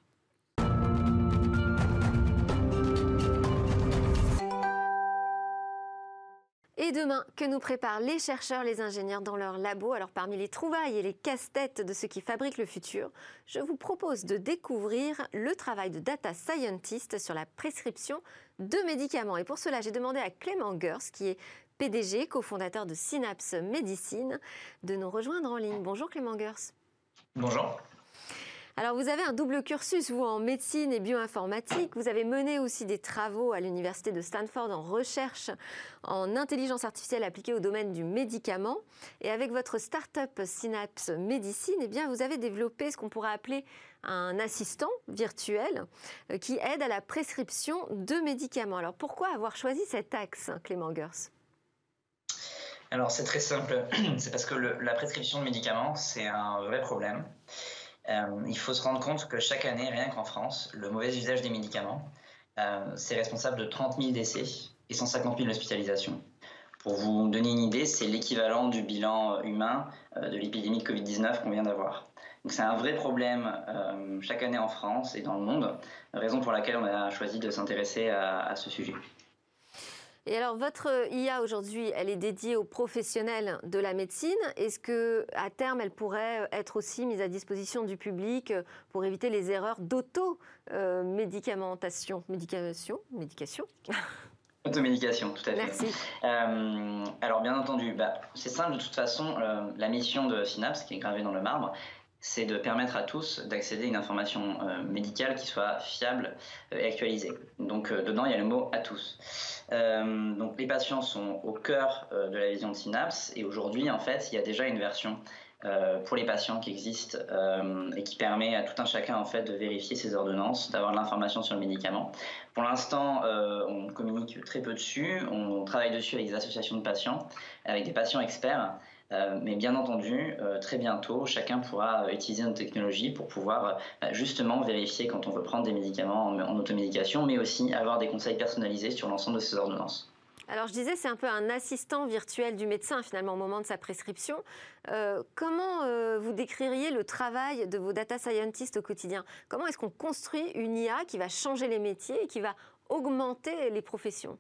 Et demain, que nous préparent les chercheurs, les ingénieurs dans leur labo? Alors parmi les trouvailles et les casse-têtes de ceux qui fabriquent le futur, je vous propose de découvrir le travail de data scientist sur la prescription de médicaments. Et pour cela, j'ai demandé à Clément Gers, qui est P D G, cofondateur de Synapse Médecine, de nous rejoindre en ligne. Bonjour Clément Gers. Bonjour. Alors, vous avez un double cursus, vous, en médecine et bioinformatique. Vous avez mené aussi des travaux à l'université de Stanford en recherche en intelligence artificielle appliquée au domaine du médicament. Et avec votre start-up Synapse Médecine, eh bien, vous avez développé ce qu'on pourrait appeler un assistant virtuel qui aide à la prescription de médicaments. Alors, pourquoi avoir choisi cet axe, Clément Gers ? Alors, c'est très simple. C'est parce que le, la prescription de médicaments, c'est un vrai problème. Euh, il faut se rendre compte que chaque année, rien qu'en France, le mauvais usage des médicaments, euh, c'est responsable de trente mille décès et cent cinquante mille hospitalisations. Pour vous donner une idée, c'est l'équivalent du bilan humain euh, de l'épidémie de covid dix-neuf qu'on vient d'avoir. Donc c'est un vrai problème euh, chaque année en France et dans le monde, raison pour laquelle on a choisi de s'intéresser à, à ce sujet. Et alors, votre I A aujourd'hui, elle est dédiée aux professionnels de la médecine. Est-ce qu'à terme, elle pourrait être aussi mise à disposition du public pour éviter les erreurs d'auto-médicamentation, médication, médication Automédication, tout à fait. Merci. Euh, alors bien entendu, bah, c'est simple de toute façon, euh, la mission de Synapse, qui est gravée dans le marbre, c'est de permettre à tous d'accéder à une information euh, médicale qui soit fiable euh, et actualisée. Donc euh, dedans, il y a le mot « à tous ». Euh, donc les patients sont au cœur euh, de la vision de Synapse et aujourd'hui, en fait, il y a déjà une version euh, pour les patients qui existe euh, et qui permet à tout un chacun en fait de vérifier ses ordonnances, d'avoir de l'information sur le médicament. Pour l'instant, euh, on communique très peu dessus, on travaille dessus avec des associations de patients, avec des patients experts. Euh, mais bien entendu, euh, très bientôt, chacun pourra euh, utiliser notre technologie pour pouvoir euh, justement vérifier quand on veut prendre des médicaments en, en automédication, mais aussi avoir des conseils personnalisés sur l'ensemble de ces ordonnances. Alors je disais, c'est un peu un assistant virtuel du médecin finalement au moment de sa prescription. Euh, comment euh, vous décririez le travail de vos data scientists au quotidien? Comment est-ce qu'on construit une I A qui va changer les métiers et qui va augmenter les professions?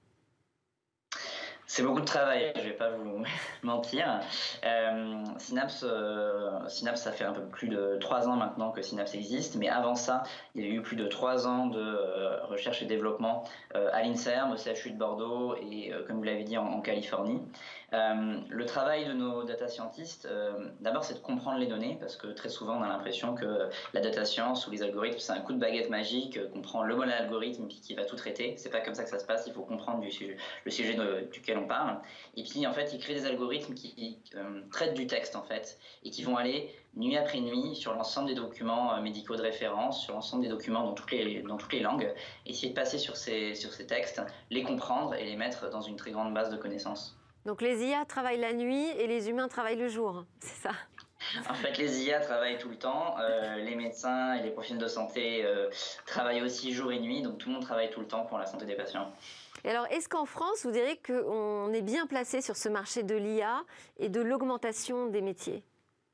C'est beaucoup de travail, je ne vais pas vous mentir. Euh, Synapse, euh, Synapse, ça fait un peu plus de trois ans maintenant que Synapse existe, mais avant ça, il y a eu plus de trois ans de euh, recherche et développement euh, à l'INSERM, au C H U de Bordeaux et, euh, comme vous l'avez dit, en, en Californie. Euh, le travail de nos data scientists, euh, d'abord, c'est de comprendre les données, parce que très souvent, on a l'impression que la data science ou les algorithmes, c'est un coup de baguette magique, qu'on prend le bon algorithme puis qui va tout traiter. C'est pas comme ça que ça se passe. Il faut comprendre du sujet, le sujet de, duquel on parle. Et puis, en fait, ils créent des algorithmes qui, qui euh, traitent du texte, en fait, et qui vont aller nuit après nuit sur l'ensemble des documents médicaux de référence, sur l'ensemble des documents dans toutes les, dans toutes les langues, essayer de passer sur ces, sur ces textes, les comprendre et les mettre dans une très grande base de connaissances. Donc les I A travaillent la nuit et les humains travaillent le jour, c'est ça? En fait, les I A travaillent tout le temps, euh, les médecins et les professionnels de santé euh, travaillent aussi jour et nuit, donc tout le monde travaille tout le temps pour la santé des patients. Et alors, est-ce qu'en France, vous direz qu'on est bien placé sur ce marché de l'I A et de l'augmentation des métiers?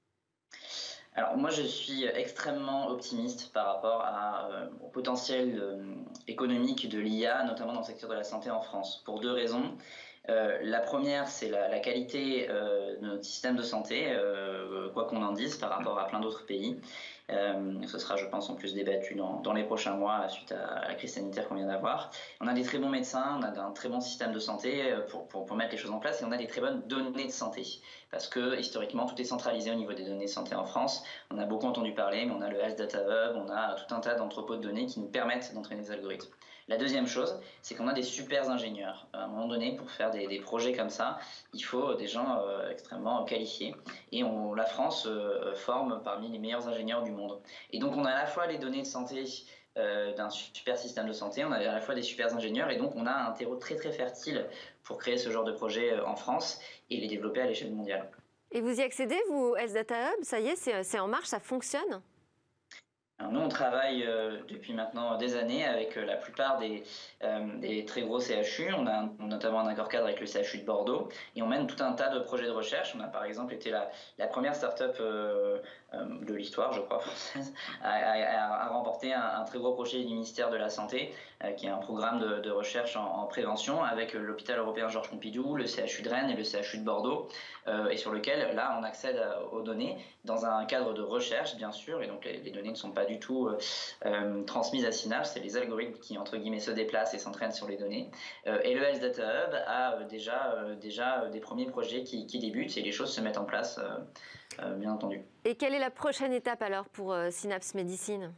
Alors moi, je suis extrêmement optimiste par rapport à, euh, au potentiel euh, économique de l'I A, notamment dans le secteur de la santé en France, pour deux raisons. Euh, la première, c'est la, la qualité euh, de notre système de santé, euh, quoi qu'on en dise, par rapport à plein d'autres pays. Euh, ce sera, je pense, en plus débattu dans, dans les prochains mois suite à, à la crise sanitaire qu'on vient d'avoir. On a des très bons médecins, on a un très bon système de santé pour, pour, pour mettre les choses en place et on a des très bonnes données de santé. Parce que historiquement, tout est centralisé au niveau des données de santé en France. On a beaucoup entendu parler, mais on a le Health Data Hub, on a tout un tas d'entrepôts de données qui nous permettent d'entraîner des algorithmes. La deuxième chose, c'est qu'on a des super ingénieurs. À un moment donné, pour faire des, des projets comme ça, il faut des gens euh, extrêmement qualifiés. Et on, la France euh, forme parmi les meilleurs ingénieurs du monde. Et donc, on a à la fois les données de santé euh, d'un super système de santé, on a à la fois des super ingénieurs, et donc on a un terreau très très fertile pour créer ce genre de projet en France et les développer à l'échelle mondiale. Et vous y accédez, vous, Health Data Hub? Ça y est, c'est en marche, ça fonctionne? Alors nous, on travaille euh, depuis maintenant des années avec euh, la plupart des, euh, des très gros C H U. On a un, notamment un accord cadre avec le C H U de Bordeaux et on mène tout un tas de projets de recherche. On a par exemple été la, la première start-up euh, euh, de l'histoire, je crois, française, à, à, à remporter un, un très gros projet du ministère de la Santé, euh, qui est un programme de, de recherche en, en prévention avec l'hôpital européen Georges Pompidou, le C H U de Rennes et le C H U de Bordeaux, euh, et sur lequel, là, on accède aux données dans un cadre de recherche, bien sûr, et donc les, les données ne sont pas du tout euh, euh, transmises à Synapse, c'est les algorithmes qui, entre guillemets, se déplacent et s'entraînent sur les données. Euh, et le Health Data Hub a euh, déjà, euh, déjà des premiers projets qui, qui débutent et les choses se mettent en place, euh, euh, bien entendu. Et quelle est la prochaine étape alors pour euh, Synapse Medicine?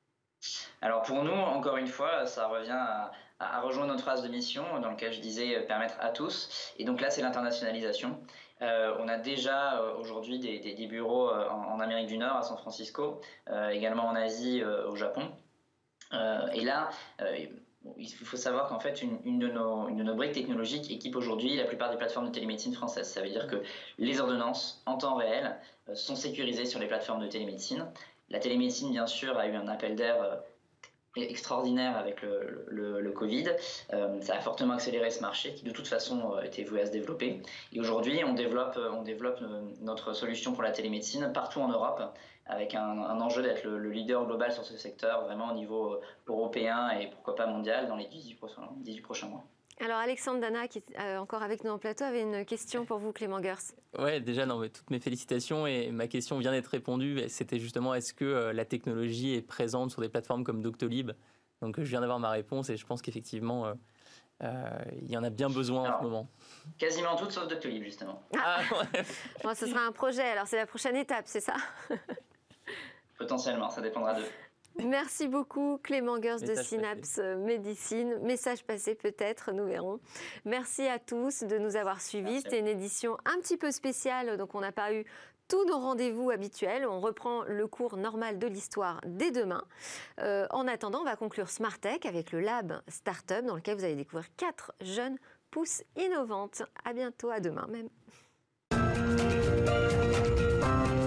Alors pour nous, encore une fois, ça revient à, à rejoindre notre phase de mission dans laquelle je disais permettre à tous. Et donc là, c'est l'internationalisation. Euh, on a déjà euh, aujourd'hui des, des, des bureaux euh, en, en Amérique du Nord, à San Francisco, euh, également en Asie, euh, au Japon. Euh, et là, euh, il faut savoir qu'en fait, une, une, de nos, une de nos briques technologiques équipe aujourd'hui la plupart des plateformes de télémédecine françaises. Ça veut dire que les ordonnances en temps réel euh, sont sécurisées sur les plateformes de télémédecine. La télémédecine, bien sûr, a eu un appel d'air euh, extraordinaire avec le, le, le Covid. Euh, ça a fortement accéléré ce marché qui de toute façon euh, était voué à se développer. Et aujourd'hui, on développe, on développe notre solution pour la télémédecine partout en Europe avec un, un enjeu d'être le, le leader global sur ce secteur, vraiment au niveau européen et pourquoi pas mondial dans les dix-huit prochains, dix-huit prochains mois. Alors Alexandre Dana, qui est euh, encore avec nous en plateau, avait une question pour vous, Clément Gers. Ouais, déjà, non, mais toutes mes félicitations et ma question vient d'être répondue. C'était justement, est-ce que euh, la technologie est présente sur des plateformes comme Doctolib? Donc je viens d'avoir ma réponse et je pense qu'effectivement, euh, euh, il y en a bien besoin Alors, en ce moment. Quasiment toutes sauf Doctolib, justement. Ah, ouais. Bon, ce sera un projet, alors c'est la prochaine étape, c'est ça? Potentiellement, ça dépendra d'eux. Merci beaucoup Clément Goers de Message Synapse passé. Médecine. Message passé peut-être, nous verrons. Merci à tous de nous avoir suivis. C'était une édition un petit peu spéciale, donc on n'a pas eu tous nos rendez-vous habituels. On reprend le cours normal de l'histoire dès demain. Euh, en attendant, on va conclure Smart Tech avec le Lab Startup dans lequel vous allez découvrir quatre jeunes pousses innovantes. À bientôt, à demain même.